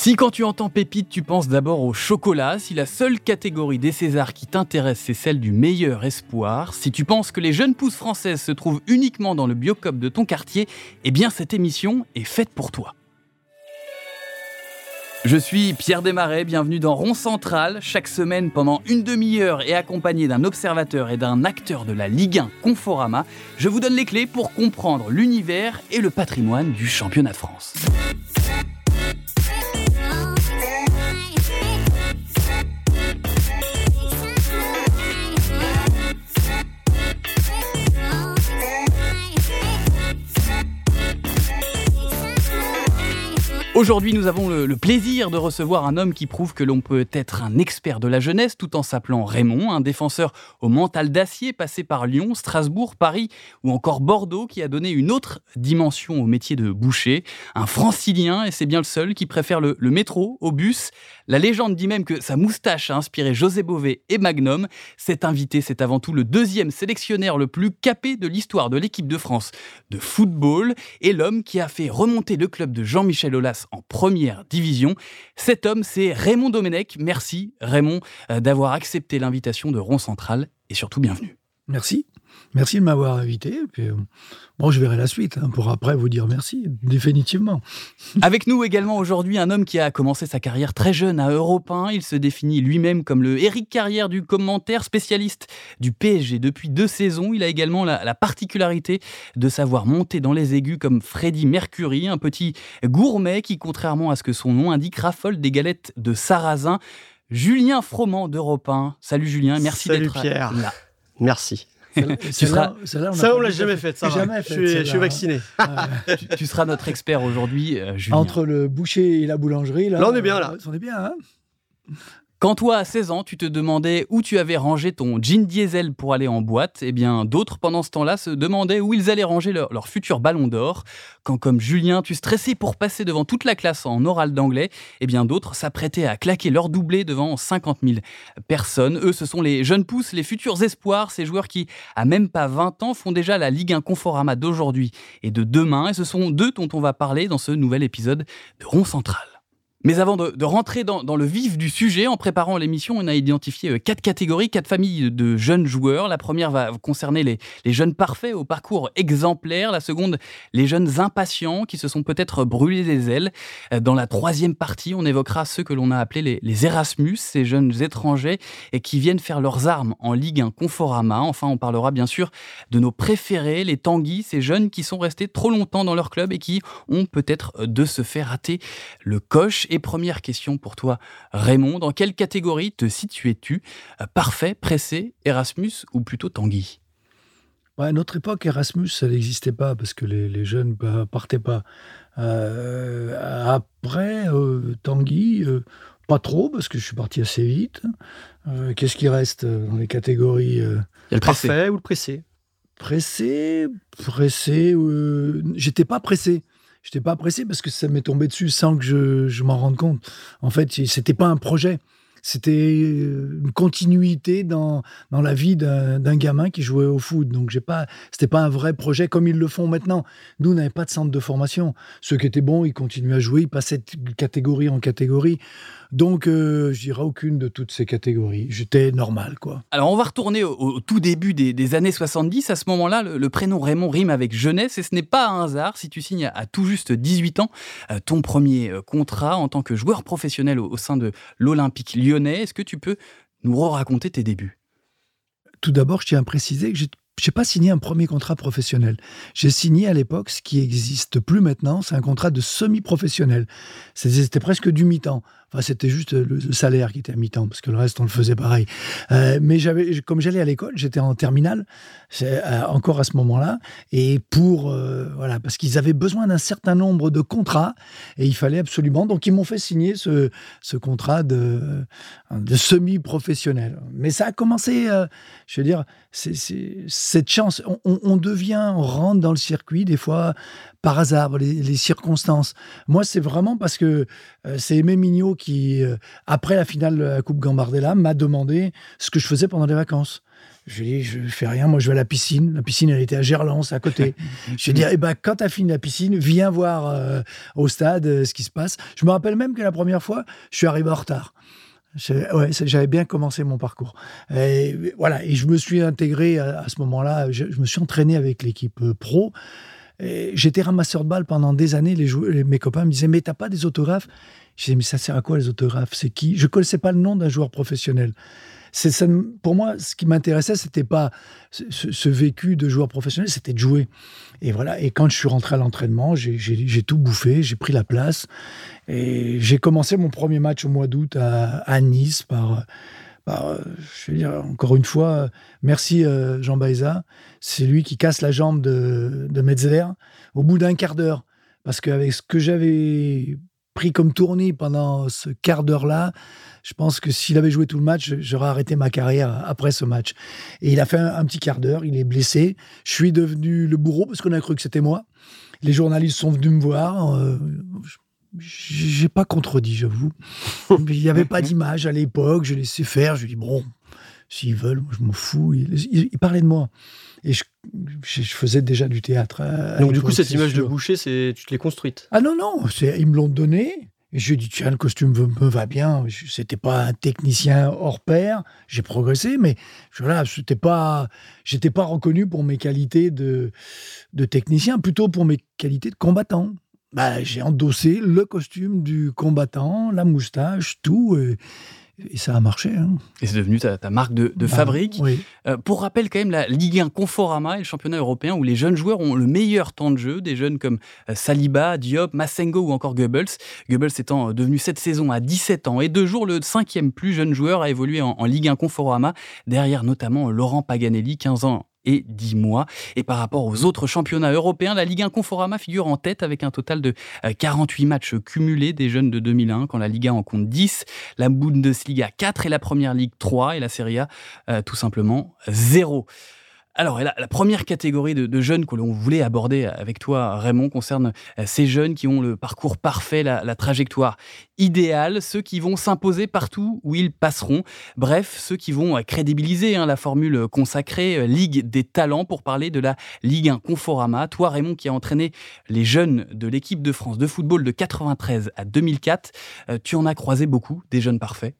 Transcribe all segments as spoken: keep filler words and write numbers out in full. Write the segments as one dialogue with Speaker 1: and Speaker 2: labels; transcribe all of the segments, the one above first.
Speaker 1: Si quand tu entends pépite, tu penses d'abord au chocolat, si la seule catégorie des Césars qui t'intéresse, c'est celle du meilleur espoir, si tu penses que les jeunes pousses françaises se trouvent uniquement dans le Biocop de ton quartier, eh bien cette émission est faite pour toi. Je suis Pierre Desmarais, bienvenue dans Rond Central. Chaque semaine, pendant une demi-heure et accompagné d'un observateur et d'un acteur de la Ligue un Conforama, je vous donne les clés pour comprendre l'univers et le patrimoine du championnat de France. Aujourd'hui, nous avons le, le plaisir de recevoir un homme qui prouve que l'on peut être un expert de la jeunesse tout en s'appelant Raymond, un défenseur au mental d'acier passé par Lyon, Strasbourg, Paris ou encore Bordeaux qui a donné une autre dimension au métier de boucher, un francilien et c'est bien le seul qui préfère le, le métro au bus. La légende dit même que sa moustache a inspiré José Bové et Magnum. Cet invité, c'est avant tout le deuxième sélectionneur le plus capé de l'histoire de l'équipe de France de football et l'homme qui a fait remonter le club de Jean-Michel Aulas en première division. Cet homme, c'est Raymond Domenech. Merci Raymond d'avoir accepté l'invitation de Rond Central et surtout bienvenue.
Speaker 2: Merci. Merci de m'avoir invité. Et puis, euh, bon, je verrai la suite hein, pour après vous dire merci, définitivement.
Speaker 1: Avec nous également aujourd'hui un homme qui a commencé sa carrière très jeune à Europe un. Il se définit lui-même comme le Éric Carrière du commentaire, spécialiste du P S G depuis deux saisons. Il a également la, la particularité de savoir monter dans les aigus comme Freddie Mercury, un petit gourmet qui, contrairement à ce que son nom indique, raffole des galettes de sarrasin. Julien Froment d'Europe un. Salut Julien, merci
Speaker 3: Salut
Speaker 1: d'être
Speaker 3: Pierre.
Speaker 1: là.
Speaker 3: Merci.
Speaker 2: C'est là, c'est là, on
Speaker 3: ça, on
Speaker 2: l'a
Speaker 3: l'a jamais fait, ça
Speaker 2: jamais
Speaker 3: va.
Speaker 2: fait,
Speaker 3: je, suis, je suis vacciné.
Speaker 2: Ouais.
Speaker 1: tu, tu seras notre expert aujourd'hui, euh, Julien.
Speaker 2: Entre le boucher et la boulangerie, là,
Speaker 3: là on est bien, là.
Speaker 2: On est bien, hein.
Speaker 1: Quand toi, à seize ans, tu te demandais où tu avais rangé ton jean diesel pour aller en boîte, eh bien, d'autres, pendant ce temps-là, se demandaient où ils allaient ranger leur, leur futur ballon d'or. Quand, comme Julien, tu stressais pour passer devant toute la classe en oral d'anglais, eh bien, d'autres s'apprêtaient à claquer leur doublé devant cinquante mille personnes. Eux, ce sont les jeunes pousses, les futurs espoirs, ces joueurs qui, à même pas vingt ans, font déjà la Ligue un Conforama d'aujourd'hui et de demain. Et ce sont d'eux dont on va parler dans ce nouvel épisode de Rond Central. Mais avant de, de rentrer dans, dans le vif du sujet, en préparant l'émission, on a identifié quatre catégories, quatre familles de jeunes joueurs. La première va concerner les, les jeunes parfaits au parcours exemplaire. La seconde, les jeunes impatients qui se sont peut-être brûlés les ailes. Dans la troisième partie, on évoquera ceux que l'on a appelés les, les Erasmus, ces jeunes étrangers et qui viennent faire leurs armes en Ligue un Conforama. Enfin, on parlera bien sûr de nos préférés, les Tanguy, ces jeunes qui sont restés trop longtemps dans leur club et qui ont peut-être de se faire rater le coche. Et première question pour toi, Raymond, dans quelle catégorie te situais-tu ? Parfait, pressé, Erasmus ou plutôt Tanguy ?
Speaker 2: Ouais, à notre époque, Erasmus, ça n'existait pas parce que les, les jeunes ne partaient pas. Euh, après, euh, Tanguy, euh, pas trop parce que je suis parti assez vite. Euh, qu'est-ce qui reste dans les catégories euh,
Speaker 3: Il y a le
Speaker 1: pressé.
Speaker 3: parfait ou le pressé ?
Speaker 2: Pressé, pressé, euh, j'étais pas pressé. J'étais pas pressé parce que ça m'est tombé dessus sans que je, je m'en rende compte. En fait, c'était pas un projet. C'était une continuité dans, dans la vie d'un, d'un gamin qui jouait au foot. Donc, j'ai pas, c'était pas un vrai projet comme ils le font maintenant. Nous, on n'avait pas de centre de formation. Ceux qui étaient bons, ils continuaient à jouer, ils passaient de catégorie en catégorie. Donc, euh, je dirais aucune de toutes ces catégories. J'étais normal, quoi.
Speaker 1: Alors, on va retourner au, au tout début des, des années soixante-dix. À ce moment-là, le, le prénom Raymond rime avec jeunesse et ce n'est pas un hasard si tu signes à, à tout juste dix-huit ans euh, ton premier euh, contrat en tant que joueur professionnel au, au sein de l'Olympique Lyonnais. Est-ce que tu peux nous raconter tes débuts ?
Speaker 2: Tout d'abord, je tiens à préciser que j'ai Je n'ai pas signé un premier contrat professionnel. J'ai signé à l'époque ce qui n'existe plus maintenant, c'est un contrat de semi-professionnel. C'était presque du mi-temps. Enfin, c'était juste le salaire qui était à mi-temps, parce que le reste, on le faisait pareil. Euh, mais j'avais, comme j'allais à l'école, j'étais en terminale, euh, encore à ce moment-là, et pour, euh, voilà, parce qu'ils avaient besoin d'un certain nombre de contrats, et il fallait absolument, donc ils m'ont fait signer ce, ce contrat de, de semi-professionnel. Mais ça a commencé, euh, je veux dire, c'est, c'est, cette chance, on, on, on devient, on rentre dans le circuit, des fois, par hasard, les, les circonstances. Moi, c'est vraiment parce que euh, c'est Aimé Mignot qui, euh, après la finale de la Coupe Gambardella, m'a demandé ce que je faisais pendant les vacances. Je lui ai dit, je fais rien, moi je vais à la piscine. La piscine, elle était à Gerland, c'est à côté. Je lui ai dit, eh ben, quand tu as fini la piscine, viens voir euh, au stade euh, ce qui se passe. Je me rappelle même que la première fois, je suis arrivé en retard. Je, ouais, j'avais bien commencé mon parcours. Et, voilà, et je me suis intégré à, à ce moment-là, je, je me suis entraîné avec l'équipe euh, pro. Et j'étais ramasseur de balles pendant des années. Les joueurs, les, mes copains me disaient, mais t'as pas des autographes? Je disais, mais ça sert à quoi les autographes? C'est qui? Je connaissais pas le nom d'un joueur professionnel. C'est, ça, pour moi, ce qui m'intéressait, c'était pas ce, ce vécu de joueur professionnel, c'était de jouer. Et voilà. Et quand je suis rentré à l'entraînement, j'ai, j'ai, j'ai tout bouffé, j'ai pris la place. Et j'ai commencé mon premier match au mois d'août à, à Nice par, par, je veux dire, encore une fois, merci euh, Jean Baeza. C'est lui qui casse la jambe de, de Metzeler au bout d'un quart d'heure. Parce qu'avec ce que j'avais pris comme tournis pendant ce quart d'heure-là, je pense que s'il avait joué tout le match, j'aurais arrêté ma carrière après ce match. Et il a fait un, un petit quart d'heure, il est blessé. Je suis devenu le bourreau parce qu'on a cru que c'était moi. Les journalistes sont venus me voir. Euh, j'ai pas contredit, j'avoue. Il n'y avait pas d'image à l'époque, je laissais faire. Je lui ai dit, bon, s'ils veulent, moi, je m'en fous. Ils, ils, ils parlaient de moi. Et je, je, je faisais déjà du théâtre. À,
Speaker 3: Donc
Speaker 2: à
Speaker 3: du coup, cette image
Speaker 2: sûr.
Speaker 3: de boucher, c'est, tu te l'es construite?
Speaker 2: Ah non, non, c'est, ils me l'ont donné. Et je lui ai dit, tiens, le costume me va bien. C'était pas un technicien hors pair. J'ai progressé, mais voilà, c'était pas, j'étais pas reconnu pour mes qualités de, de technicien, plutôt pour mes qualités de combattant. Bah, j'ai endossé le costume du combattant, la moustache, tout. Et, et ça a marché. Hein.
Speaker 1: Et c'est devenu ta, ta marque de, de
Speaker 2: bah,
Speaker 1: fabrique.
Speaker 2: Oui.
Speaker 1: Euh, pour rappel, quand même, la Ligue un Conforama est le championnat européen où les jeunes joueurs ont le meilleur temps de jeu. Des jeunes comme euh, Saliba, Diop, Massengo ou encore Goebbels. Goebbels étant devenu cette saison à dix-sept ans et deux jours le cinquième plus jeune joueur à évoluer en, en Ligue un Conforama, derrière notamment Laurent Paganelli, quinze ans et dix mois. Et par rapport aux autres championnats européens, la Ligue un Conforama figure en tête avec un total de quarante-huit matchs cumulés des jeunes de deux mille un, quand la Ligue un en compte dix, la Bundesliga quatre et la Première Ligue trois et la Serie A euh, tout simplement zéro. Alors, la, la première catégorie de, de jeunes que l'on voulait aborder avec toi, Raymond, concerne ces jeunes qui ont le parcours parfait, la, la trajectoire idéale, ceux qui vont s'imposer partout où ils passeront. Bref, ceux qui vont crédibiliser hein, la formule consacrée Ligue des talents pour parler de la Ligue un Conforama. Toi, Raymond, qui a entraîné les jeunes de l'équipe de France de football de quatre-vingt-treize à deux mille quatre, euh, tu en as croisé beaucoup, des jeunes parfaits?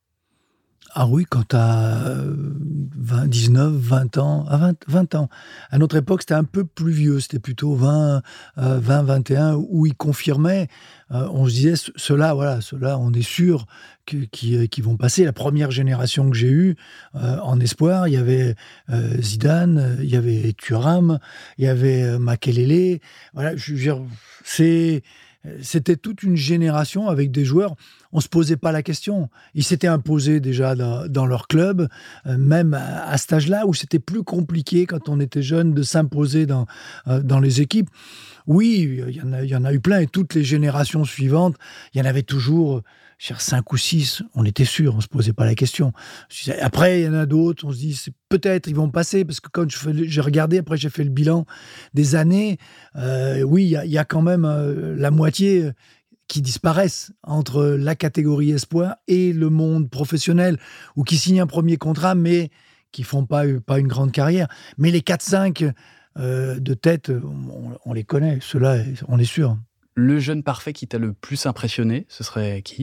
Speaker 2: Ah oui, quand tu as dix-neuf, vingt ans, à vingt, vingt ans. À notre époque, c'était un peu plus vieux, c'était plutôt vingt, vingt et un, où ils confirmaient. Euh, on se disait, ceux-là, voilà, ceux-là, on est sûr qu'ils qui, qui vont passer. La première génération que j'ai eue euh, en espoir, il y avait euh, Zidane, il y avait Thuram, il y avait euh, Makelele. Voilà, je veux dire, c'est... C'était toute une génération avec des joueurs, on ne se posait pas la question. Ils s'étaient imposés déjà dans, dans leur club, euh, même à, à cet âge-là où c'était plus compliqué quand on était jeune de s'imposer dans, euh, dans les équipes. Oui, il y en a, il y en a eu plein et toutes les générations suivantes, il y en avait toujours... cinq ou six, on était sûr, on ne se posait pas la question. Après, il y en a d'autres, on se dit, c'est, peut-être ils vont passer, parce que quand je fais, j'ai regardé, après j'ai fait le bilan des années, euh, oui, il y, y a quand même euh, la moitié qui disparaissent entre la catégorie espoir et le monde professionnel, ou qui signent un premier contrat, mais qui ne font pas, pas une grande carrière. Mais les quatre cinq euh, de tête, on, on les connaît, ceux-là, on est sûr.
Speaker 1: Le jeune parfait qui t'a le plus impressionné, ce serait qui ?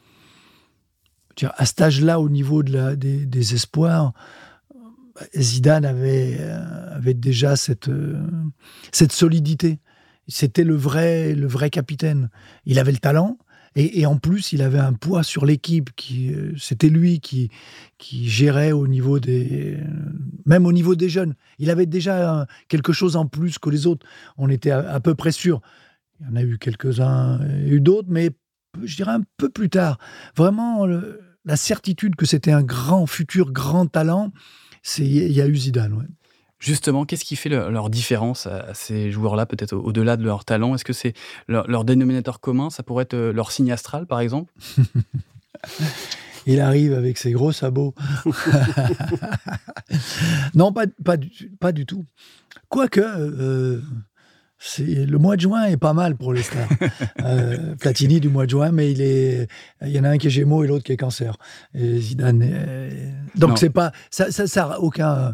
Speaker 2: À cet âge-là, au niveau de la, des, des espoirs, Zidane avait, avait déjà cette, cette solidité. C'était le vrai, le vrai capitaine. Il avait le talent et, et en plus, il avait un poids sur l'équipe. Qui, c'était lui qui, qui gérait au niveau des... Même au niveau des jeunes. Il avait déjà quelque chose en plus que les autres. On était à, à peu près sûr. Il y en a eu quelques-uns, il y a eu d'autres, mais je dirais un peu plus tard. Vraiment... Le, la certitude que c'était un grand futur, grand talent, c'est, il y a eu Zidane. Ouais.
Speaker 1: Justement, qu'est-ce qui fait le, leur différence à, à ces joueurs-là, peut-être au- au-delà de leur talent? Est-ce que c'est leur, leur dénominateur commun? Ça pourrait être euh, leur signe astral, par exemple?
Speaker 2: Il arrive avec ses gros sabots. Non, pas, pas, du, pas du tout. Quoique, euh, C'est, le mois de juin est pas mal pour les stars. euh, Platini du mois de juin, mais il est, il y en a un qui est Gémeaux et l'autre qui est Cancer. Et Zidane. Est... Donc non. c'est pas, ça, ça, ça a aucun,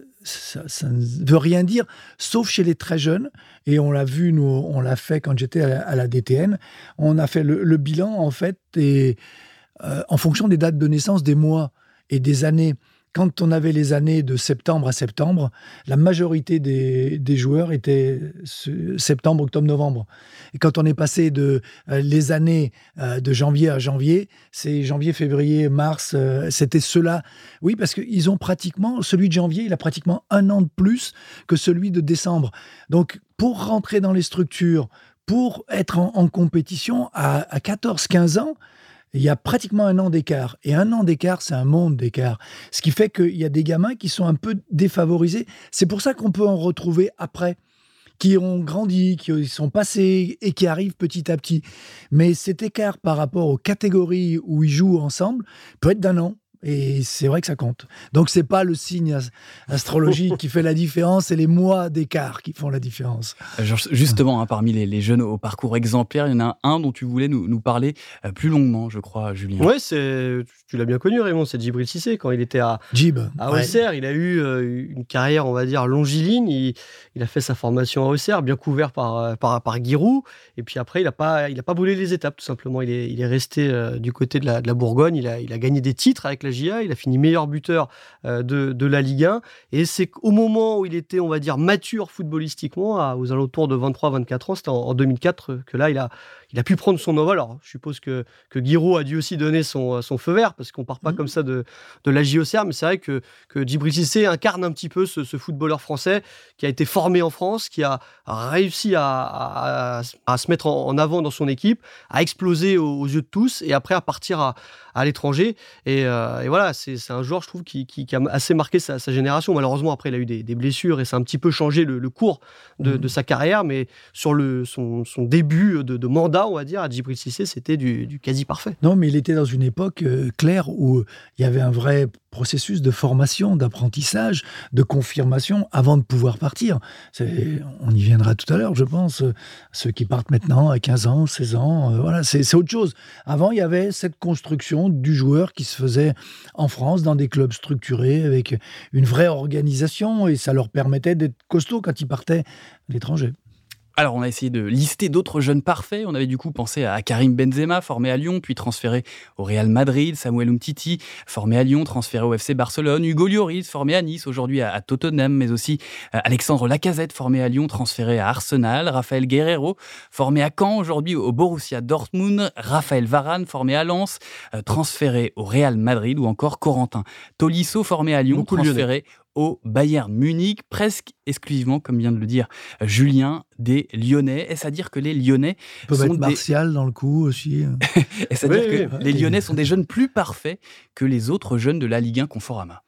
Speaker 2: ça, ça ne veut rien dire, sauf chez les très jeunes. Et on l'a vu, nous, on l'a fait quand j'étais à la, à la D T N. On a fait le, le bilan en fait, et euh, en fonction des dates de naissance, des mois et des années. Quand on avait les années de septembre à septembre, la majorité des, des joueurs étaient septembre, octobre, novembre. Et quand on est passé de euh, les années euh, de janvier à janvier, c'est janvier, février, mars, euh, c'était ceux-là. Oui, parce qu'ils ont pratiquement, celui de janvier, il a pratiquement un an de plus que celui de décembre. Donc, pour rentrer dans les structures, pour être en, en compétition à, à quatorze quinze ans, il y a pratiquement un an d'écart. Et un an d'écart, c'est un monde d'écart. Ce qui fait qu'il y a des gamins qui sont un peu défavorisés. C'est pour ça qu'on peut en retrouver après, qui ont grandi, qui sont passés et qui arrivent petit à petit. Mais cet écart par rapport aux catégories où ils jouent ensemble peut être d'un an. Et c'est vrai que ça compte. Donc, c'est pas le signe astrologique qui fait la différence, c'est les mois d'écart qui font la différence.
Speaker 1: Justement, hein, parmi les, les jeunes au parcours exemplaire, il y en a un dont tu voulais nous, nous parler euh, plus longuement, je crois, Julien.
Speaker 3: Oui, tu l'as bien connu, Raymond, c'est Djibril Cissé. Quand il était à,
Speaker 2: Djib,
Speaker 3: à
Speaker 2: ouais.
Speaker 3: Auxerre, il a eu euh, une carrière, on va dire, longiligne. Il, il a fait sa formation à Auxerre, bien couvert par, par, par Giroud. Et puis après, il n'a pas, il a pas brûlé les étapes, tout simplement. Il est, il est resté euh, du côté de la, de la Bourgogne. Il a, il a gagné des titres avec la J A, il a fini meilleur buteur euh, de, de la Ligue un, et c'est au moment où il était, on va dire, mature footballistiquement, à, aux alentours de vingt-trois vingt-quatre ans, c'était en, en deux mille quatre, que là, il a, il a pu prendre son envol. Alors, je suppose que, que Giroud a dû aussi donner son, son feu vert, parce qu'on part pas mmh. comme ça de, de la J O C R, mais c'est vrai que, que Djibril Cissé incarne un petit peu ce, ce footballeur français qui a été formé en France, qui a réussi à, à, à se mettre en, en avant dans son équipe, à exploser aux, aux yeux de tous, et après à partir à, à l'étranger. Et, euh, et voilà, c'est, c'est un joueur, je trouve, qui, qui, qui a assez marqué sa, sa génération. Malheureusement, après, il a eu des, des blessures, et ça a un petit peu changé le, le cours de, mmh. de sa carrière, mais sur le, son, son début de, de mandat, on va dire, à Djibril Cissé, c'était du, du quasi parfait.
Speaker 2: Non, mais il était dans une époque euh, claire où il y avait un vrai processus de formation, d'apprentissage, de confirmation avant de pouvoir partir. C'est, on y viendra tout à l'heure, je pense. Ceux qui partent maintenant à quinze ans, seize ans, euh, voilà, c'est, c'est autre chose. Avant, il y avait cette construction du joueur qui se faisait en France dans des clubs structurés avec une vraie organisation, et ça leur permettait d'être costauds quand ils partaient à l'étranger.
Speaker 1: Alors, on a essayé de lister d'autres jeunes parfaits. On avait du coup pensé à Karim Benzema, formé à Lyon, puis transféré au Real Madrid. Samuel Umtiti, formé à Lyon, transféré au F C Barcelone. Hugo Lloris, formé à Nice, aujourd'hui à, à Tottenham. Mais aussi euh, Alexandre Lacazette, formé à Lyon, transféré à Arsenal. Raphaël Guerreiro, formé à Caen, aujourd'hui au Borussia Dortmund. Raphaël Varane, formé à Lens, euh, transféré au Real Madrid. Ou encore Corentin Tolisso, formé à Lyon, Beaucoup transféré au Bayern Munich, presque exclusivement, comme vient de le dire Julien, des Lyonnais. Est-ce à dire que les Lyonnais
Speaker 2: Ils peuvent
Speaker 1: sont
Speaker 2: être
Speaker 1: des...
Speaker 2: Martial dans le coup aussi.
Speaker 1: Est-ce à
Speaker 3: oui,
Speaker 1: dire
Speaker 3: oui,
Speaker 1: que
Speaker 3: oui.
Speaker 1: les Lyonnais sont des jeunes plus parfaits que les autres jeunes de la Ligue un Conforama?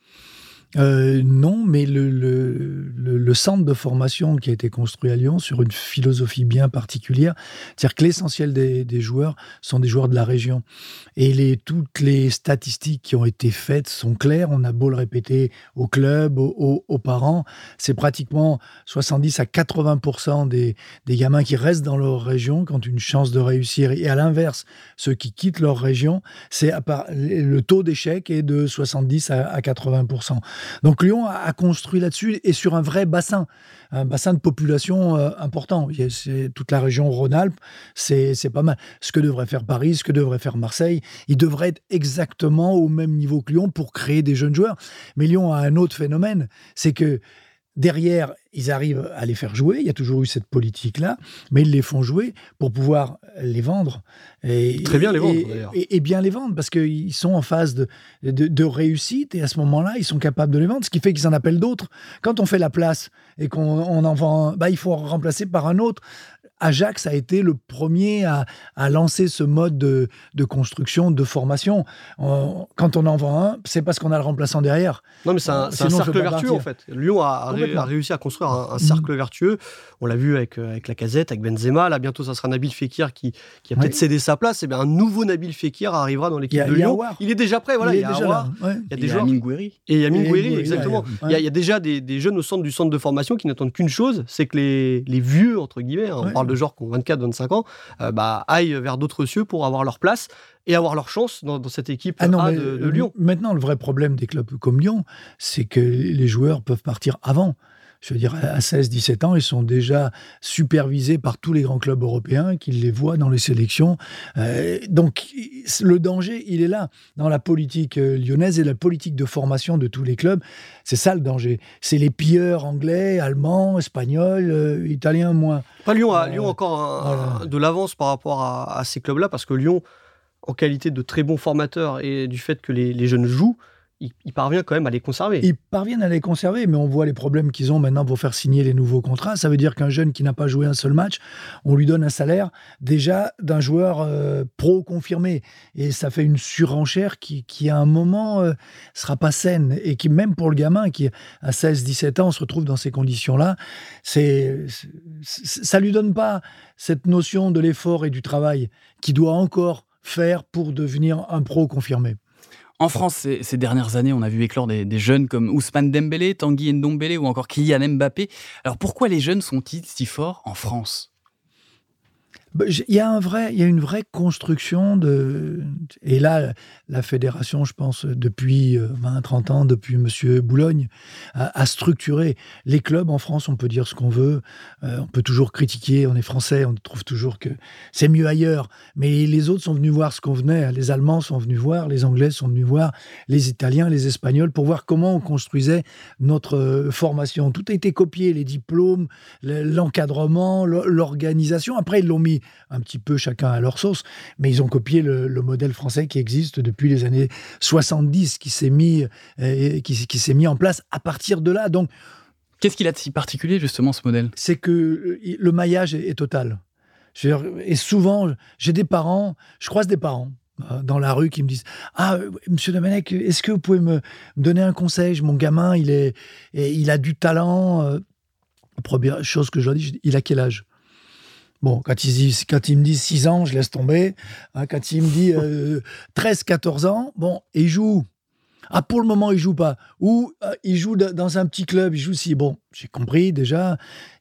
Speaker 2: Euh, non, mais le, le, le, le centre de formation qui a été construit à Lyon sur une philosophie bien particulière, c'est-à-dire que l'essentiel des, des joueurs sont des joueurs de la région. Et les, toutes les statistiques qui ont été faites sont claires. On a beau le répéter au club, aux, aux, aux parents, c'est pratiquement soixante-dix à quatre-vingts pour cent des, des gamins qui restent dans leur région qui ont une chance de réussir. Et à l'inverse, ceux qui quittent leur région, c'est à part, le taux d'échec est de soixante-dix à quatre-vingts pour cent. Donc Lyon a construit là-dessus et sur un vrai bassin, un bassin de population euh, important. C'est toute la région Rhône-Alpes, c'est, c'est pas mal. Ce que devrait faire Paris, ce que devrait faire Marseille, ils devraient être exactement au même niveau que Lyon pour créer des jeunes joueurs. Mais Lyon a un autre phénomène, c'est que derrière, ils arrivent à les faire jouer. Il y a toujours eu cette politique-là, mais ils les font jouer pour pouvoir les vendre. Et,
Speaker 3: Très bien les vendre,
Speaker 2: et,
Speaker 3: d'ailleurs.
Speaker 2: Et, et bien les vendre, parce qu'ils sont en phase de, de, de réussite, et à ce moment-là, ils sont capables de les vendre, ce qui fait qu'ils en appellent d'autres. Quand on fait la place et qu'on on en vend, bah, il faut remplacer par un autre. Ajax a été le premier à, à lancer ce mode de, de construction, de formation. On, quand on en vend un, c'est parce qu'on a le remplaçant derrière.
Speaker 3: Non, mais c'est un, c'est un cercle vertueux, en fait. Lyon a, a réussi à construire un, un cercle mmh. vertueux. On l'a vu avec, avec Lacazette, avec Benzema. Là, bientôt, ça sera Nabil Fekir qui, qui a peut-être oui. cédé sa place. Et bien, un nouveau Nabil Fekir arrivera dans l'équipe a, de Lyon. Il est déjà prêt. Voilà, il, il, est il y a déjà là, ouais. Il y a des joueurs.
Speaker 1: Yamin Gouiri.
Speaker 3: Et Yamin Gouiri, exactement. Ouais, ouais. Il, y a, il y a déjà des, des jeunes au centre du centre de formation qui n'attendent qu'une chose, c'est que les, les vieux, entre guillemets, hein, on ouais. parle de joueurs qui ont vingt-quatre vingt-cinq ans, euh, bah, aillent vers d'autres cieux pour avoir leur place et avoir leur chance dans, dans cette équipe ah non, A de, de Lyon.
Speaker 2: Maintenant, le vrai problème des clubs comme Lyon, c'est que les joueurs peuvent partir avant. Je veux dire, à seize dix-sept ans, ils sont déjà supervisés par tous les grands clubs européens, qui les voient dans les sélections. Euh, donc, le danger, il est là, dans la politique lyonnaise et la politique de formation de tous les clubs. C'est ça le danger. C'est les pilleurs anglais, allemands, espagnols, euh, italiens moins.
Speaker 3: Pas Lyon, euh, Lyon encore un, voilà. de l'avance par rapport à, à ces clubs-là, parce que Lyon, en qualité de très bons formateurs et du fait que les, les jeunes jouent, il, il parvient quand même à les conserver.
Speaker 2: Ils parviennent à les conserver, mais on voit les problèmes qu'ils ont maintenant pour faire signer les nouveaux contrats. Ça veut dire qu'un jeune qui n'a pas joué un seul match, on lui donne un salaire déjà d'un joueur euh, pro confirmé. Et ça fait une surenchère qui, qui à un moment, ne euh, sera pas saine. Et qui, même pour le gamin qui, à seize dix-sept ans, se retrouve dans ces conditions-là, c'est, c'est, ça ne lui donne pas cette notion de l'effort et du travail qu'il doit encore faire pour devenir un pro confirmé.
Speaker 1: En France, ces, ces dernières années, on a vu éclore des, des jeunes comme Ousmane Dembélé, Tanguy Ndombélé ou encore Kylian Mbappé. Alors pourquoi les jeunes sont-ils si forts en France ?
Speaker 2: Il y a un vrai, il y a une vraie construction de, et là, la fédération, je pense, depuis vingt trente ans, depuis Monsieur Boulogne, a, a structuré les clubs en France. On peut dire ce qu'on veut, euh, on peut toujours critiquer. On est français, on trouve toujours que c'est mieux ailleurs. Mais les autres sont venus voir ce qu'on venait. Les Allemands sont venus voir, les Anglais sont venus voir, les Italiens, les Espagnols, pour voir comment on construisait notre formation. Tout a été copié, les diplômes, l'encadrement, l'organisation. Après, ils l'ont mis un petit peu chacun à leur sauce, mais ils ont copié le, le modèle français qui existe depuis les années soixante-dix, qui s'est mis, euh, qui, qui s'est mis en place à partir de là. Donc,
Speaker 1: qu'est-ce qu'il a de si particulier, justement, ce modèle ?
Speaker 2: C'est que le maillage est, est total. Je veux dire, et souvent, j'ai des parents, je croise des parents dans la rue qui me disent « Ah, monsieur Domenech, est-ce que vous pouvez me donner un conseil ? Mon gamin, il, est, il a du talent. » La première chose que je leur dis, je dis, il a quel âge ? Bon, quand il, quand il me dit six ans, je laisse tomber. Hein, quand il me dit euh, treize quatorze ans, bon, et il joue. Ah, pour le moment, il joue pas. Ou euh, il joue d- dans un petit club, il joue si. Bon, j'ai compris déjà.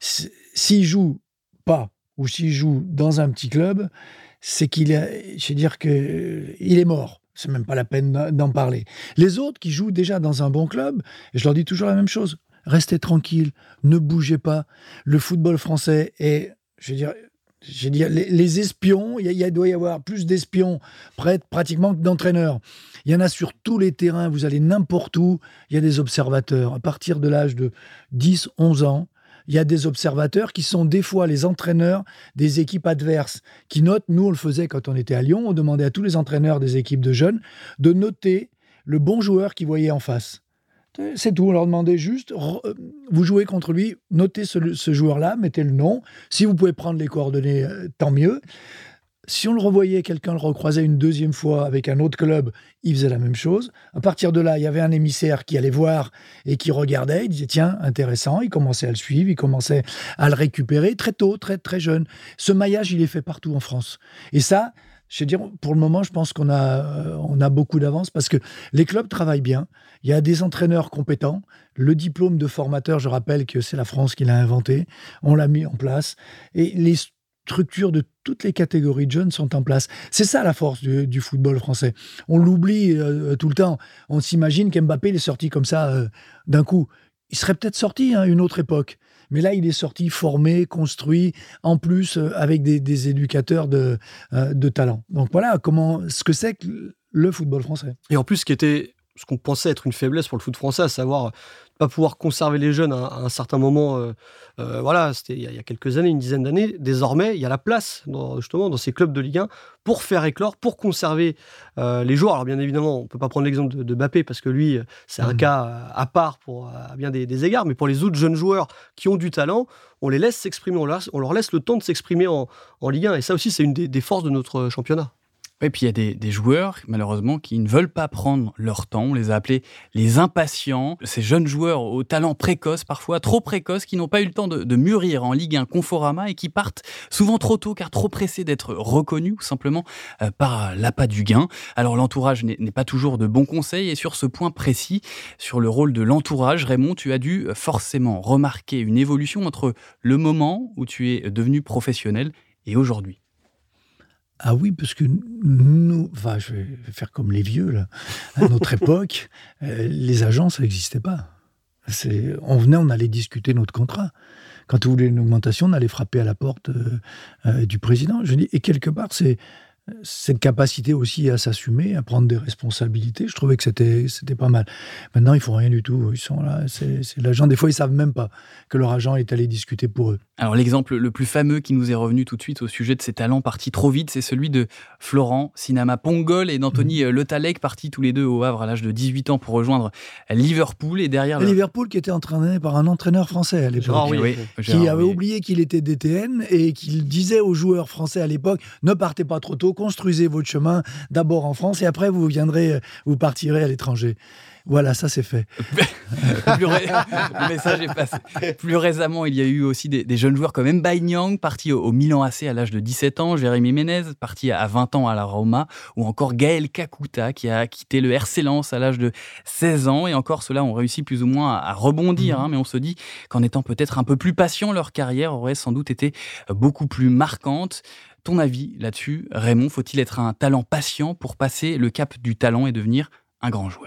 Speaker 2: S'il joue pas, ou s'il joue dans un petit club, c'est qu'il est, je veux dire que euh, il est mort. C'est même pas la peine d'en parler. Les autres qui jouent déjà dans un bon club, je leur dis toujours la même chose. Restez tranquilles, ne bougez pas. Le football français est, je veux dire, je veux dire les, les espions, il, y a, il doit y avoir plus d'espions près, pratiquement que d'entraîneurs. Il y en a sur tous les terrains, vous allez n'importe où, il y a des observateurs. À partir de l'âge de dix onze ans, il y a des observateurs qui sont des fois les entraîneurs des équipes adverses, qui notent, nous on le faisait quand on était à Lyon, on demandait à tous les entraîneurs des équipes de jeunes de noter le bon joueur qu'ils voyaient en face. C'est tout, on leur demandait juste, vous jouez contre lui, notez ce, ce joueur-là, mettez le nom. Si vous pouvez prendre les coordonnées, euh, tant mieux. Si on le revoyait, quelqu'un le recroisait une deuxième fois avec un autre club, il faisait la même chose. À partir de là, il y avait un émissaire qui allait voir et qui regardait, il disait tiens, intéressant, il commençait à le suivre, il commençait à le récupérer très tôt, très, très jeune. Ce maillage, il est fait partout en France. Et ça, je veux dire, pour le moment, je pense qu'on a, euh, on a beaucoup d'avance parce que les clubs travaillent bien. Il y a des entraîneurs compétents. Le diplôme de formateur, je rappelle que c'est la France qui l'a inventé. On l'a mis en place. Et les structures de toutes les catégories de jeunes sont en place. C'est ça la force du, du football français. On l'oublie euh, tout le temps. On s'imagine qu'Mbappé il est sorti comme ça euh, d'un coup. Il serait peut-être sorti à hein, une autre époque. Mais là, il est sorti formé, construit, en plus euh, avec des, des éducateurs de, euh, de talent. Donc voilà comment, ce que c'est que le football français.
Speaker 3: Et en plus, ce qui était ce qu'on pensait être une faiblesse pour le foot français, à savoir pas pouvoir conserver les jeunes à, à un certain moment. Euh, euh, voilà, c'était il y, a, il y a quelques années, une dizaine d'années. Désormais, il y a la place, dans, justement, dans ces clubs de Ligue un pour faire éclore, pour conserver euh, les joueurs. Alors, bien évidemment, on ne peut pas prendre l'exemple de, de Mbappé parce que lui, c'est un mmh. cas à part pour, à bien des, des égards. Mais pour les autres jeunes joueurs qui ont du talent, on les laisse s'exprimer, on leur, on leur laisse le temps de s'exprimer en, en Ligue un. Et ça aussi, c'est une des, des forces de notre championnat.
Speaker 1: Et puis il y a des, des joueurs, malheureusement, qui ne veulent pas prendre leur temps. On les a appelés les impatients. Ces jeunes joueurs au talent précoce, parfois trop précoce, qui n'ont pas eu le temps de, de mûrir en Ligue un Conforama et qui partent souvent trop tôt, car trop pressés d'être reconnus, ou simplement euh, par l'appât du gain. Alors l'entourage n'est, n'est pas toujours de bons conseils. Et sur ce point précis, sur le rôle de l'entourage, Raymond, tu as dû forcément remarquer une évolution entre le moment où tu es devenu professionnel et aujourd'hui.
Speaker 2: Ah oui, parce que nous, enfin, je vais faire comme les vieux, là. À notre époque, euh, les agents, ça n'existait pas. C'est, on venait, on allait discuter notre contrat. Quand on voulait une augmentation, on allait frapper à la porte euh, euh, du président. Je dis, et quelque part, c'est cette capacité aussi à s'assumer, à prendre des responsabilités. Je trouvais que c'était, c'était pas mal. Maintenant, ils font rien du tout. Ils sont là, c'est, c'est l'agent. Des fois, ils savent même pas que leur agent est allé discuter pour eux.
Speaker 1: Alors, l'exemple le plus fameux qui nous est revenu tout de suite au sujet de ces talents partis trop vite, c'est celui de Florent Sinama Pongol et d'Anthony mmh. Le Tallec, partis tous les deux au Havre à l'âge de dix-huit ans pour rejoindre Liverpool. Et derrière
Speaker 2: le... Liverpool qui était entraîné par un entraîneur français à l'époque.
Speaker 1: Gérard, oui, oui.
Speaker 2: Qui
Speaker 1: Gérard,
Speaker 2: avait
Speaker 1: oui.
Speaker 2: oublié qu'il était D T N et qu'il disait aux joueurs français à l'époque, ne partez pas trop tôt, construisez votre chemin d'abord en France et après vous viendrez, vous partirez à l'étranger. Voilà, ça c'est fait.
Speaker 1: Plus ré... Le message est passé. Plus récemment, il y a eu aussi des, des jeunes joueurs comme Mbaye Niang, parti au, au Milan A C à l'âge de dix-sept ans, Jérémy Ménez, parti à vingt ans à la Roma, ou encore Gaël Kakuta, qui a quitté le R C Lens à l'âge de seize ans. Et encore, ceux-là ont réussi plus ou moins à, à rebondir, mmh. hein, mais on se dit qu'en étant peut-être un peu plus patient, leur carrière aurait sans doute été beaucoup plus marquante. Ton avis là-dessus, Raymond, faut-il être un talent patient pour passer le cap du talent et devenir un grand joueur ?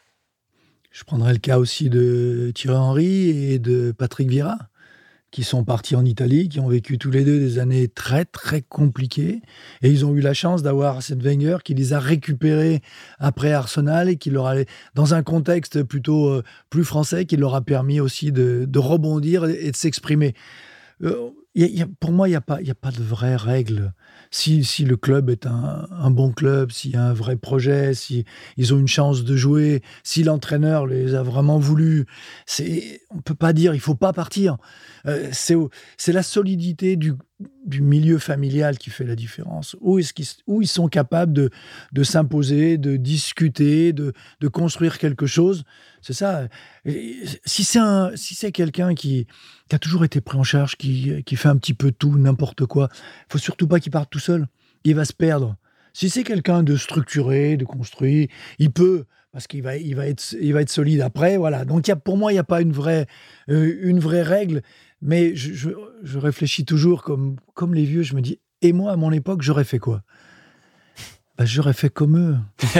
Speaker 2: Je prendrai le cas aussi de Thierry Henry et de Patrick Vieira, qui sont partis en Italie, qui ont vécu tous les deux des années très, très compliquées. Et ils ont eu la chance d'avoir Arsène Wenger qui les a récupérés après Arsenal et qui leur a, dans un contexte plutôt euh, plus français, qui leur a permis aussi de, de rebondir et de s'exprimer. Euh, y a, y a, pour moi, il n'y a, a pas de vraies règles. Si, si le club est un, un bon club, s'il y a un vrai projet, si ils ont une chance de jouer, si l'entraîneur les a vraiment voulu, c'est, on ne peut pas dire il ne faut pas partir. Euh, c'est, c'est la solidité du, du milieu familial qui fait la différence. Où, est-ce qu'ils, où ils sont capables de, de s'imposer, de discuter, de, de construire quelque chose. C'est ça. Et si c'est, un, si c'est quelqu'un qui, qui a toujours été pris en charge, qui, qui fait un petit peu tout, n'importe quoi, il ne faut surtout pas qu'il parte tout seul. Il va se perdre. Si c'est quelqu'un de structuré, de construit, il peut, parce qu'il va, il va, être, il va être solide après. Voilà. Donc y a, pour moi, il n'y a pas une vraie, euh, une vraie règle. Mais je, je, je réfléchis toujours comme, comme les vieux. Je me dis, et moi, à mon époque, j'aurais fait quoi ? Ben, j'aurais fait comme eux.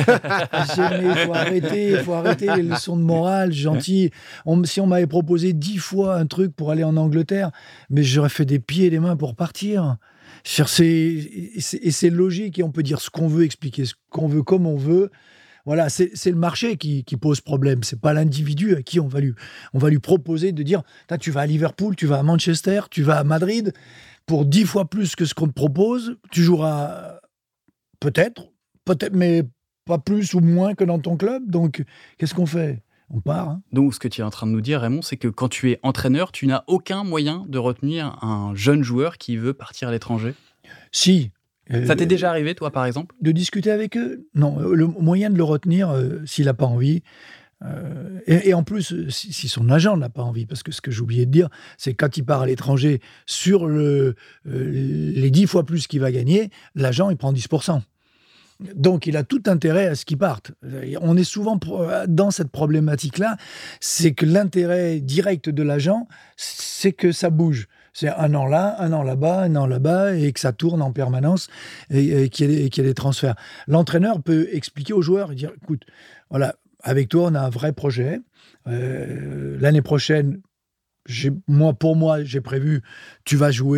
Speaker 2: Il faut arrêter, faut arrêter les leçons de morale, gentil. On, si on m'avait proposé dix fois un truc pour aller en Angleterre, mais j'aurais fait des pieds et des mains pour partir. C'est, et, c'est, et c'est logique, et on peut dire ce qu'on veut, expliquer ce qu'on veut comme on veut. Voilà, c'est, c'est le marché qui, qui pose problème. C'est pas l'individu à qui on va lui, on va lui proposer de dire tu vas à Liverpool, tu vas à Manchester, tu vas à Madrid pour dix fois plus que ce qu'on te propose. Tu joueras peut-être, peut-être, mais pas plus ou moins que dans ton club. Donc, qu'est-ce qu'on fait ? On part. Hein.
Speaker 1: Donc, ce que tu es en train de nous dire, Raymond, c'est que quand tu es entraîneur, tu n'as aucun moyen de retenir un jeune joueur qui veut partir à l'étranger ?
Speaker 2: Si.
Speaker 1: Ça t'est déjà arrivé, toi, par exemple ?
Speaker 2: De discuter avec eux ? Non, le moyen de le retenir, euh, s'il n'a pas envie. Euh, et, et en plus, si, si son agent n'a pas envie, parce que ce que j'ai oublié de dire, c'est que quand il part à l'étranger, sur le, euh, les dix fois plus qu'il va gagner, l'agent, il prend dix pour cent. Donc, il a tout intérêt à ce qu'il parte. On est souvent dans cette problématique-là, c'est que l'intérêt direct de l'agent, c'est que ça bouge. C'est un an là, un an là-bas, un an là-bas, et que ça tourne en permanence, et, et, qu'il, y ait, et qu'il y ait des transferts. L'entraîneur peut expliquer aux joueurs et dire, écoute, voilà, avec toi, on a un vrai projet. Euh, l'année prochaine, j'ai, moi, pour moi, j'ai prévu, tu vas jouer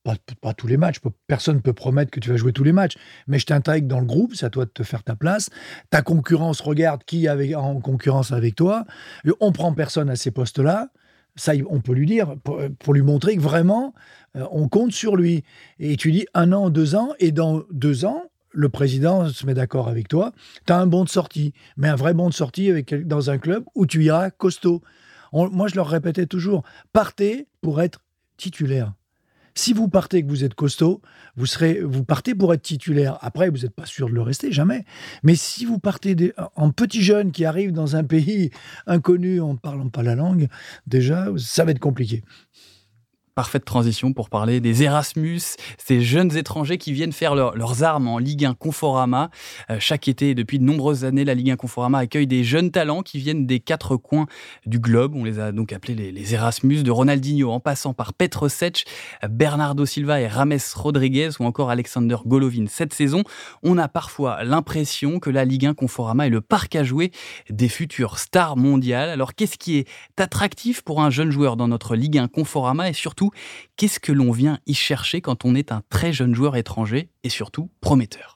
Speaker 2: pas, pas tous les matchs, personne ne peut promettre que tu vas jouer tous les matchs, mais je t'intègre dans le groupe, c'est à toi de te faire ta place. Ta concurrence regarde qui est en concurrence avec toi. On prend personne à ces postes-là. Ça, on peut lui dire, pour, pour lui montrer que vraiment, euh, on compte sur lui. Et tu dis un an, deux ans, et dans deux ans, le président se met d'accord avec toi, tu as un bon de sortie, mais un vrai bon de sortie avec, dans un club où tu iras costaud. On, moi, je leur répétais toujours, partez pour être titulaire. Si vous partez et que vous êtes costaud, vous, serez, vous partez pour être titulaire. Après, vous n'êtes pas sûr de le rester, jamais. Mais si vous partez des, en petit jeune qui arrive dans un pays inconnu en ne parlant pas la langue, déjà, ça va être compliqué.
Speaker 1: Parfaite transition pour parler des Erasmus, ces jeunes étrangers qui viennent faire leur, leurs armes en Ligue un Conforama. Euh, chaque été et depuis de nombreuses années, la Ligue un Conforama accueille des jeunes talents qui viennent des quatre coins du globe. On les a donc appelés les, les Erasmus, de Ronaldinho en passant par Petr Cech, Bernardo Silva et James Rodriguez ou encore Alexander Golovin. Cette saison, on a parfois l'impression que la Ligue un Conforama est le parc à jouer des futures stars mondiales. Alors qu'est-ce qui est attractif pour un jeune joueur dans notre Ligue un Conforama et surtout, qu'est-ce que l'on vient y chercher quand on est un très jeune joueur étranger et surtout prometteur?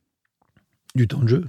Speaker 2: Du temps de jeu.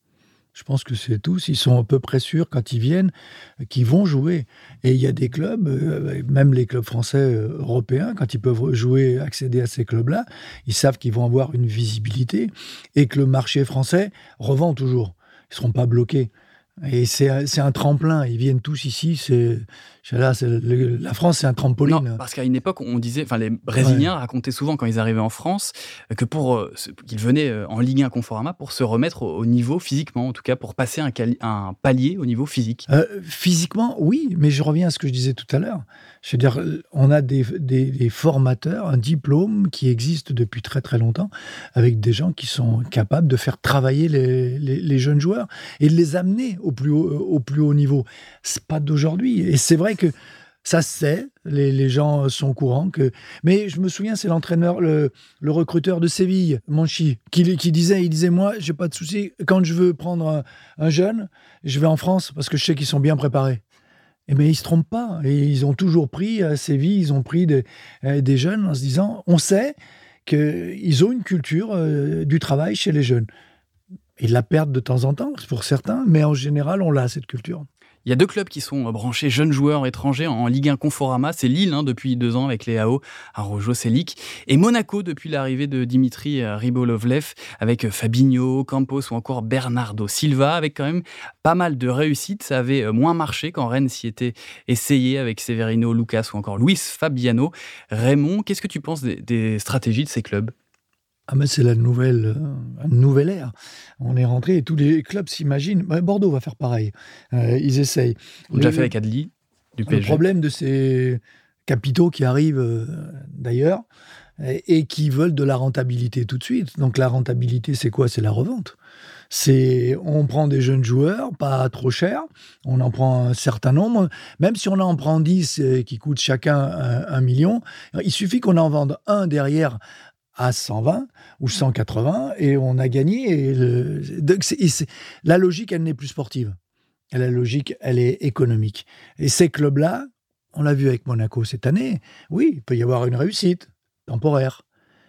Speaker 2: Je pense que c'est tous. Ils sont à peu près sûrs quand ils viennent qu'ils vont jouer. Et il y a des clubs, même les clubs français européens, quand ils peuvent jouer, accéder à ces clubs-là, ils savent qu'ils vont avoir une visibilité et que le marché français revend toujours. Ils ne seront pas bloqués. Et c'est, c'est un tremplin. Ils viennent tous ici. C'est, là, c'est le, la France, c'est un trampoline.
Speaker 1: Non, parce qu'à une époque, on disait, enfin, les Brésiliens ouais. racontaient souvent quand ils arrivaient en France que pour euh, qu'ils venaient en Ligue un Conforama pour se remettre au, au niveau physiquement, en tout cas pour passer un, cali- un palier au niveau physique.
Speaker 2: Euh, physiquement, oui, mais je reviens à ce que je disais tout à l'heure. Je veux dire, on a des, des, des formateurs, un diplôme qui existe depuis très très longtemps, avec des gens qui sont capables de faire travailler les, les, les jeunes joueurs et de les amener au plus haut, au plus haut niveau. C'est pas d'aujourd'hui. Et c'est vrai que ça se sait, les, les gens sont au courant. Que... Mais je me souviens, c'est l'entraîneur, le, le recruteur de Séville, Monchi, qui, qui disait, il disait, moi, j'ai pas de souci. Quand je veux prendre un, un jeune, je vais en France parce que je sais qu'ils sont bien préparés. Et mais ils ne se trompent pas. Et ils ont toujours pris à Séville, ils ont pris des, des jeunes en se disant, on sait qu'ils ont une culture euh, du travail chez les jeunes. Ils la perdent de temps en temps, pour certains, mais en général, on l'a, cette culture.
Speaker 1: Il y a deux clubs qui sont branchés jeunes joueurs étrangers en Ligue un Conforama. C'est Lille hein, depuis deux ans avec Leao Arojo Selic et Monaco depuis l'arrivée de Dimitri Ribolovlev avec Fabinho, Campos ou encore Bernardo Silva avec quand même pas mal de réussites. Ça avait moins marché quand Rennes s'y était essayé avec Severino, Lucas ou encore Luis Fabiano. Raymond, qu'est-ce que tu penses des, des stratégies de ces clubs ?
Speaker 2: Ah mais c'est la nouvelle, euh, une nouvelle ère. On est rentré et tous les clubs s'imaginent. Bah, Bordeaux va faire pareil. Euh, ils essayent.
Speaker 1: On l'a fait avec Adli du P S G.
Speaker 2: Le problème de ces capitaux qui arrivent euh, d'ailleurs et, et qui veulent de la rentabilité tout de suite. Donc la rentabilité, c'est quoi ? C'est la revente. C'est, on prend des jeunes joueurs, pas trop cher, on en prend un certain nombre, même si on en prend dix euh, qui coûtent chacun un, un million, il suffit qu'on en vende un derrière à cent vingt ou cent quatre-vingts et on a gagné. Et le, c'est, c'est, la logique, elle n'est plus sportive. La logique, elle est économique. Et ces clubs-là, on l'a vu avec Monaco cette année, oui, il peut y avoir une réussite temporaire.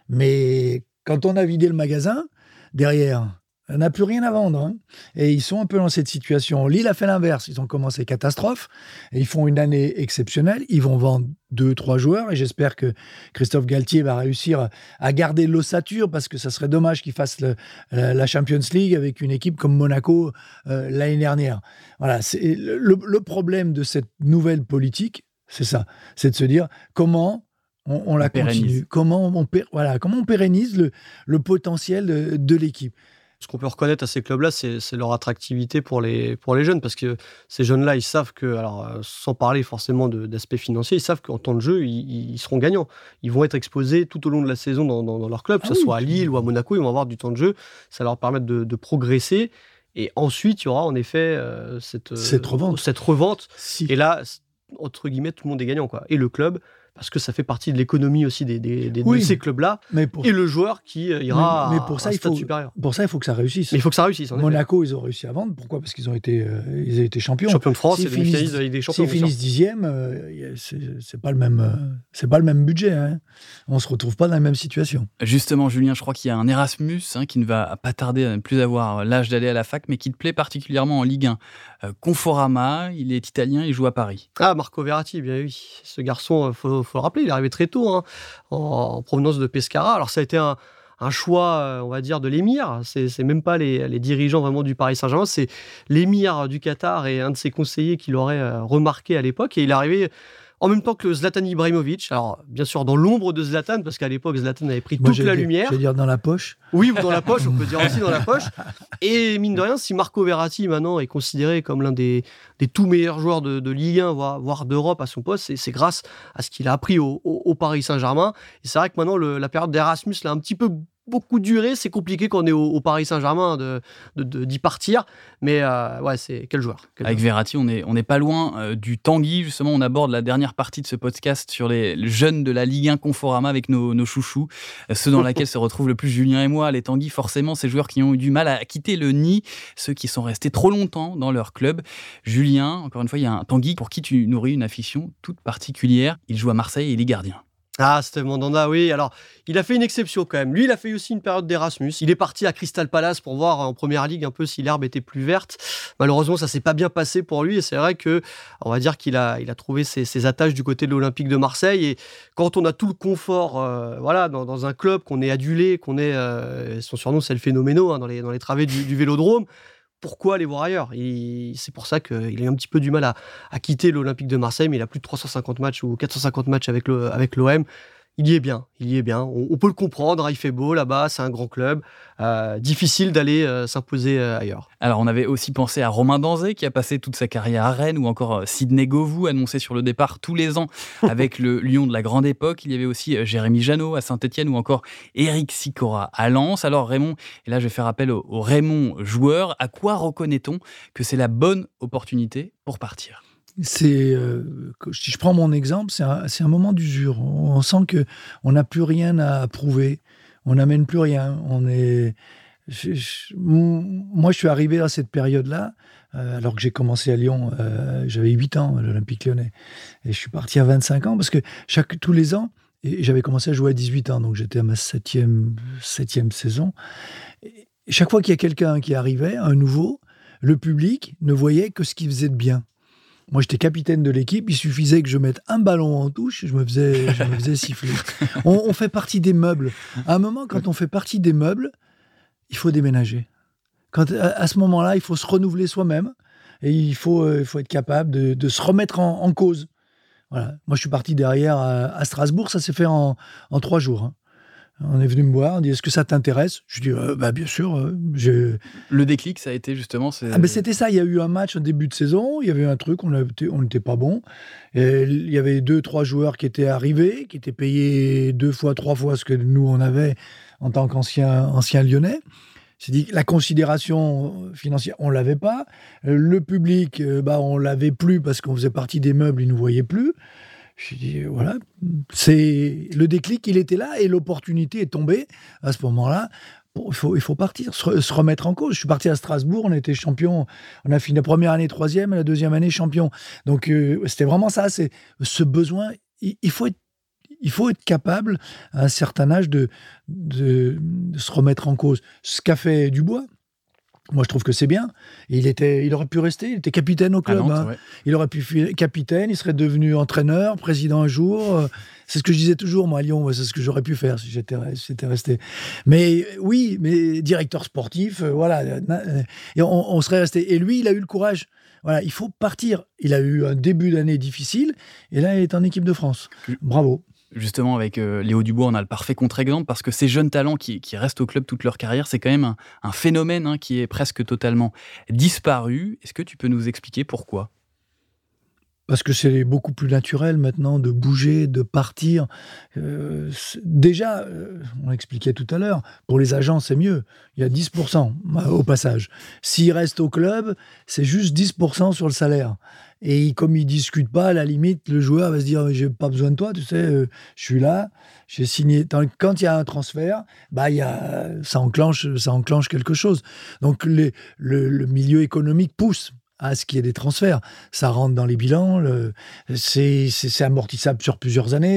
Speaker 2: Mais quand on a vidé le magasin, derrière, on n'a plus rien à vendre. Hein. Et ils sont un peu dans cette situation. Lille a fait l'inverse. Ils ont commencé catastrophe. Et ils font une année exceptionnelle. Ils vont vendre deux, trois joueurs. Et j'espère que Christophe Galtier va réussir à garder l'ossature parce que ça serait dommage qu'il fasse le, la Champions League avec une équipe comme Monaco euh, l'année dernière. Voilà. C'est, le, le problème de cette nouvelle politique, c'est ça. C'est de se dire comment on, on la on continue. Pérennise. Comment on, voilà, comment on pérennise le, le potentiel de, de l'équipe.
Speaker 3: Ce qu'on peut reconnaître à ces clubs-là, c'est, c'est leur attractivité pour les, pour les jeunes, parce que ces jeunes-là, ils savent que, alors sans parler forcément de, d'aspect financier, ils savent qu'en temps de jeu, ils, ils seront gagnants. Ils vont être exposés tout au long de la saison dans, dans, dans leur club, que ce ah oui, soit à Lille ou à Monaco, ils vont avoir du temps de jeu, ça leur permet de, de progresser. Et ensuite, il y aura en effet euh, cette,
Speaker 2: cette revente.
Speaker 3: Cette revente.
Speaker 2: Si.
Speaker 3: Et là, entre guillemets, tout le monde est gagnant, quoi. Et le club, parce que ça fait partie de l'économie aussi des, des, des
Speaker 2: oui,
Speaker 3: de ces clubs-là, pour... et le joueur qui ira mais, mais pour à, ça, à un stade
Speaker 2: il faut,
Speaker 3: supérieur.
Speaker 2: Pour ça, il faut que ça réussisse.
Speaker 3: Mais il faut que ça réussisse.
Speaker 2: Monaco, ils ont réussi à vendre. Pourquoi ? Parce qu'ils ont été, euh, ils ont été champions.
Speaker 3: Champions de France
Speaker 2: s'ils
Speaker 3: et demi-finalistes de la Ligue des Champions.
Speaker 2: S'ils finissent dixième, euh, c'est, c'est pas le même, euh, c'est pas le même budget. Hein. On se retrouve pas dans la même situation.
Speaker 1: Justement, Julien, je crois qu'il y a un Erasmus hein, qui ne va pas tarder à ne plus avoir l'âge d'aller à la fac, mais qui te plaît particulièrement en Ligue un. Euh, Conforama, il est italien, il joue à Paris.
Speaker 3: Ah, Marco Verratti, bien oui. Ce garçon, il faut, faut le rappeler, il est arrivé très tôt, hein, en, en provenance de Pescara. Alors, ça a été un, un choix, on va dire, de l'émir. C'est, c'est même pas les, les dirigeants vraiment du Paris Saint-Germain, c'est l'émir du Qatar et un de ses conseillers qui l'aurait remarqué à l'époque. Et il est arrivé en même temps que Zlatan Ibrahimovic. Alors, bien sûr, dans l'ombre de Zlatan, parce qu'à l'époque, Zlatan avait pris Moi, toute la
Speaker 2: dire,
Speaker 3: lumière.
Speaker 2: Je veux dire dans la poche.
Speaker 3: Oui, ou dans la poche, on peut dire aussi dans la poche. Et mine de rien, si Marco Verratti, maintenant, est considéré comme l'un des, des tout meilleurs joueurs de, de Ligue un, voire, voire d'Europe à son poste, c'est, c'est grâce à ce qu'il a appris au, au, au Paris Saint-Germain. Et c'est vrai que maintenant, le, la période d'Erasmus l'a un petit peu beaucoup duré, c'est compliqué quand on est au, au Paris Saint-Germain de, de, de, d'y partir, mais euh, ouais, c'est quel joueur. Quel
Speaker 1: Avec
Speaker 3: joueur.
Speaker 1: Verratti, on n'est on est pas loin euh, du Tanguy, justement, on aborde la dernière partie de ce podcast sur les, les jeunes de la Ligue un Conforama avec nos, nos chouchous, euh, ceux dans lesquels se retrouvent le plus Julien et moi. Les Tanguy, forcément, ces joueurs qui ont eu du mal à quitter le nid, ceux qui sont restés trop longtemps dans leur club. Julien, encore une fois, il y a un Tanguy pour qui tu nourris une affection toute particulière. Il joue à Marseille et il est gardien.
Speaker 3: Ah, Steve Mandanda, oui. Alors, il a fait une exception quand même. Lui, il a fait aussi une période d'Erasmus. Il est parti à Crystal Palace pour voir en première ligue un peu si l'herbe était plus verte. Malheureusement, ça s'est pas bien passé pour lui. Et c'est vrai que, on va dire qu'il a, il a trouvé ses, ses attaches du côté de l'Olympique de Marseille. Et quand on a tout le confort, euh, voilà, dans, dans un club, qu'on est adulé, qu'on est, euh, son surnom c'est le Phénoméno, hein, dans les, dans les travées du, du Vélodrome. Pourquoi aller voir ailleurs ? Et c'est pour ça qu'il a eu un petit peu du mal à, à quitter l'Olympique de Marseille, mais il a plus de trois cent cinquante matchs ou quatre cent cinquante matchs avec, le, avec l'O M. Il y est bien, il y est bien. On, on peut le comprendre, il fait beau là-bas, c'est un grand club. Euh, difficile d'aller euh, s'imposer euh, ailleurs.
Speaker 1: Alors, on avait aussi pensé à Romain Danzé, qui a passé toute sa carrière à Rennes, ou encore euh, Sidney Govou, annoncé sur le départ tous les ans avec le Lyon de la grande époque. Il y avait aussi euh, Jérémy Janot à Saint-Etienne, ou encore Éric Sicora à Lens. Alors, Raymond, et là je vais faire appel au, au Raymond joueur, à quoi reconnaît-on que c'est la bonne opportunité pour partir ?
Speaker 2: C'est, euh, si je prends mon exemple, c'est un, c'est un moment d'usure. On, on sent que on n'a plus rien à prouver, on n'amène plus rien. On est, je, je, moi, je suis arrivé à cette période-là, euh, alors que j'ai commencé à Lyon, euh, j'avais huit ans à l'Olympique Lyonnais, et je suis parti à vingt-cinq ans parce que chaque tous les ans, et j'avais commencé à jouer à dix-huit ans, donc j'étais à ma septième, septième saison. Et chaque fois qu'il y a quelqu'un qui arrivait, un nouveau, le public ne voyait que ce qu'il faisait de bien. Moi, j'étais capitaine de l'équipe. Il suffisait que je mette un ballon en touche, je me faisais, je me faisais siffler. On, on fait partie des meubles. À un moment, quand on fait partie des meubles, il faut déménager. Quand, à, à ce moment-là, il faut se renouveler soi-même et il faut, euh, il faut être capable de, de se remettre en, en cause. Voilà. Moi, je suis parti derrière à, à Strasbourg. Ça s'est fait en, en trois jours. Hein. On est venu me voir, on dit « Est-ce que ça t'intéresse ?» Je dis euh, bah, « Bien sûr. Euh, je... »
Speaker 1: Le déclic, ça a été justement... C'est...
Speaker 2: Ah, ben c'était ça, il y a eu un match en début de saison, il y avait un truc, on n'était pas bon. Et il y avait deux, trois joueurs qui étaient arrivés, qui étaient payés deux fois, trois fois ce que nous, on avait en tant qu'anciens anciens Lyonnais. C'est dit la considération financière, on ne l'avait pas. Le public, bah, on ne l'avait plus parce qu'on faisait partie des meubles, ils ne nous voyaient plus. Je dis, voilà, c'est le déclic, il était là et l'opportunité est tombée à ce moment-là. Bon, il faut, il faut partir, se, se remettre en cause. Je suis parti à Strasbourg, on était champion, on a fini la première année troisième et la deuxième année champion. Donc, euh, c'était vraiment ça, c'est ce besoin. Il, il, faut être, il faut être capable, à un certain âge, de, de, de se remettre en cause. Ce qu'a fait Dubois, moi, je trouve que c'est bien. Il, était, il aurait pu rester, il était capitaine au club. Nantes, hein. Ouais. Il aurait pu être capitaine, il serait devenu entraîneur, président un jour. C'est ce que je disais toujours, moi, à Lyon. C'est ce que j'aurais pu faire si j'étais, si j'étais resté. Mais oui, mais directeur sportif, euh, voilà. Et on, on serait resté. Et lui, il a eu le courage. Voilà, il faut partir. Il a eu un début d'année difficile. Et là, il est en équipe de France. Bravo.
Speaker 1: Justement, avec euh, Léo Dubois, on a le parfait contre-exemple parce que ces jeunes talents qui, qui restent au club toute leur carrière, c'est quand même un, un phénomène hein, qui est presque totalement disparu. Est-ce que tu peux nous expliquer pourquoi ?
Speaker 2: parce que c'est beaucoup plus naturel maintenant de bouger, de partir. Euh, déjà, euh, on expliquait tout à l'heure, pour les agents, c'est mieux. Il y a dix pour cent au passage. S'ils restent au club, c'est juste dix pour cent sur le salaire. Et comme ils ne discutent pas, à la limite, le joueur va se dire « j'ai pas besoin de toi, tu sais, euh, je suis là, j'ai signé ». Quand il y a un transfert, bah, y a, ça, enclenche, ça enclenche quelque chose. Donc les, le, le milieu économique pousse à ce qu'il y ait des transferts. Ça rentre dans les bilans, le, c'est, c'est, c'est amortissable sur plusieurs années.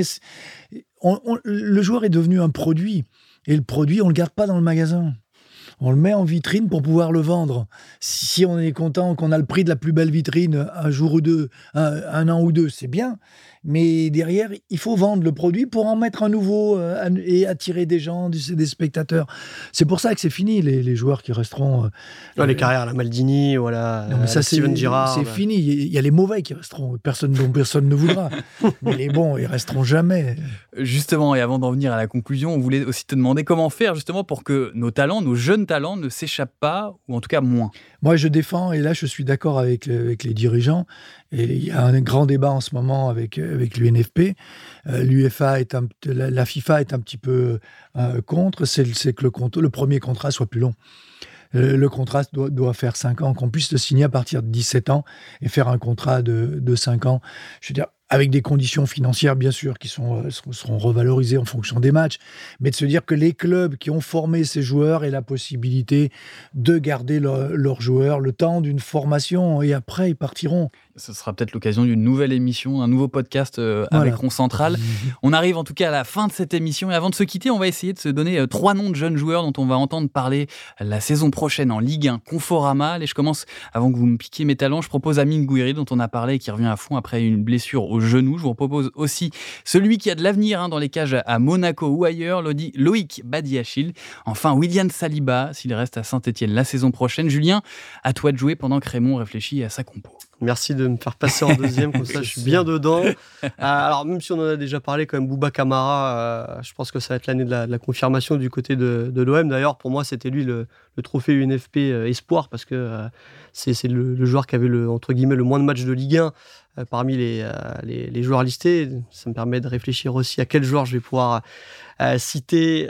Speaker 2: On, on, le joueur est devenu un produit. Et le produit, on ne le garde pas dans le magasin. On le met en vitrine pour pouvoir le vendre. Si on est content qu'on a le prix de la plus belle vitrine un jour ou deux, un, un an ou deux, c'est bien. Mais derrière, il faut vendre le produit pour en mettre un nouveau euh, et attirer des gens, des, des spectateurs. C'est pour ça que c'est fini, les, les joueurs qui resteront... Euh,
Speaker 3: non, les euh, carrières, la Maldini, voilà,
Speaker 2: non, mais ça,
Speaker 3: Steven
Speaker 2: c'est,
Speaker 3: Gerrard.
Speaker 2: C'est bah. fini. Il y a les mauvais qui resteront, personne, dont personne ne voudra. Mais les bons, ils resteront jamais.
Speaker 1: Justement, et avant d'en venir à la conclusion, on voulait aussi te demander comment faire justement pour que nos talents, nos jeunes talents ne s'échappent pas, ou en tout cas moins.
Speaker 2: Moi, je défends, et là, je suis d'accord avec, avec les dirigeants, et il y a un grand débat en ce moment avec, avec l'U N F P. Euh, L'U E F A est un, la, la FIFA est un petit peu euh, contre, c'est, c'est que le, compte, le premier contrat soit plus long. Le, le contrat doit, doit faire cinq ans, qu'on puisse le signer à partir de dix-sept ans et faire un contrat de, de cinq ans. Je veux dire, avec des conditions financières, bien sûr, qui sont, euh, seront revalorisées en fonction des matchs, mais de se dire que les clubs qui ont formé ces joueurs aient la possibilité de garder leur, leurs joueurs le temps d'une formation et après, ils partiront.
Speaker 1: Ce sera peut-être l'occasion d'une nouvelle émission, un nouveau podcast euh, voilà. avec Rond Central. On arrive en tout cas à la fin de cette émission et avant de se quitter, on va essayer de se donner euh, trois noms de jeunes joueurs dont on va entendre parler la saison prochaine en Ligue un Conforama. Allez, je commence, avant que vous me piquiez mes talents, je propose Amine Gouiri dont on a parlé et qui revient à fond après une blessure au genou. Je vous propose aussi celui qui a de l'avenir hein, dans les cages à Monaco ou ailleurs, Loïc Badiachil. Enfin, William Saliba, s'il reste à Saint-Etienne la saison prochaine. Julien, à toi de jouer pendant que Raymond réfléchit à sa compo.
Speaker 3: Merci de me faire passer en deuxième, comme ça je suis bien dedans. Euh, alors même si on en a déjà parlé, quand même, Bouba Kamara, euh, je pense que ça va être l'année de la, de la confirmation du côté de, de l'O M. D'ailleurs, pour moi, c'était lui le, le trophée U N F P euh, Espoir, parce que euh, c'est, c'est le, le joueur qui avait le, entre guillemets, le moins de matchs de Ligue un euh, parmi les, euh, les, les joueurs listés. Ça me permet de réfléchir aussi à quel joueur je vais pouvoir euh, citer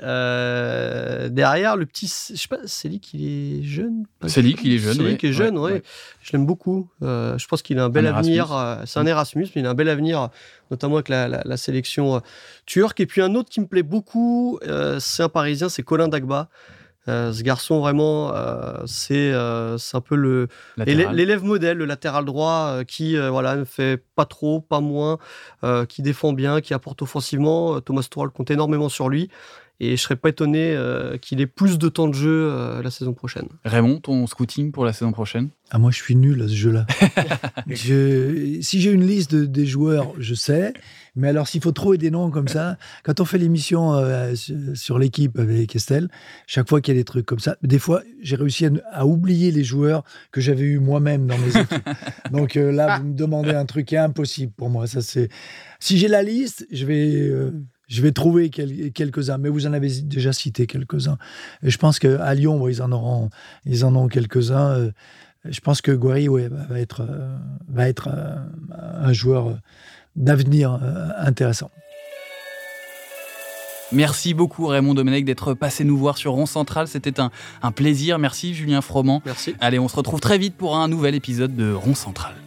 Speaker 3: euh, derrière. Le petit, je sais pas, c'est lui qui est jeune.
Speaker 1: C'est lui qui est jeune,
Speaker 3: C'est lui
Speaker 1: oui.
Speaker 3: qui est jeune, ouais. ouais. Je l'aime beaucoup. Euh, je pense qu'il a un bel un avenir. Euh, c'est un Erasmus, mais il a un bel avenir, notamment avec la, la, la sélection euh, turque. Et puis un autre qui me plaît beaucoup, euh, c'est un Parisien, c'est Colin Dagba. Euh, ce garçon, vraiment, euh, c'est, euh, c'est un peu le, l'élève modèle, le latéral droit, euh, qui euh, voilà, ne fait pas trop, pas moins, euh, qui défend bien, qui apporte offensivement. Thomas Tuchel compte énormément sur lui. Et je ne serais pas étonné euh, qu'il ait plus de temps de jeu euh, la saison prochaine.
Speaker 1: Raymond, ton scouting pour la saison prochaine ?
Speaker 2: Ah, moi, je suis nul à ce jeu-là. je, si j'ai une liste de, des joueurs, je sais. Mais alors, s'il faut trouver des noms comme ça, quand on fait l'émission euh, sur l'équipe avec Estelle, chaque fois qu'il y a des trucs comme ça, des fois, j'ai réussi à, à oublier les joueurs que j'avais eu moi-même dans mes équipes. Donc euh, là, vous me demandez un truc qui est impossible pour moi. Ça, c'est... Si j'ai la liste, je vais... Euh, Je vais trouver quel, quelques-uns, mais vous en avez déjà cité quelques-uns. Et je pense qu'à Lyon, ouais, ils, en auront, ils en ont quelques-uns. Je pense que Gouiri ouais, va être, va être un joueur d'avenir intéressant.
Speaker 1: Merci beaucoup Raymond Domenech d'être passé nous voir sur Rond Central. C'était un, un plaisir. Merci Julien Froment.
Speaker 3: Merci.
Speaker 1: Allez, on se retrouve très vite pour un nouvel épisode de Rond Central.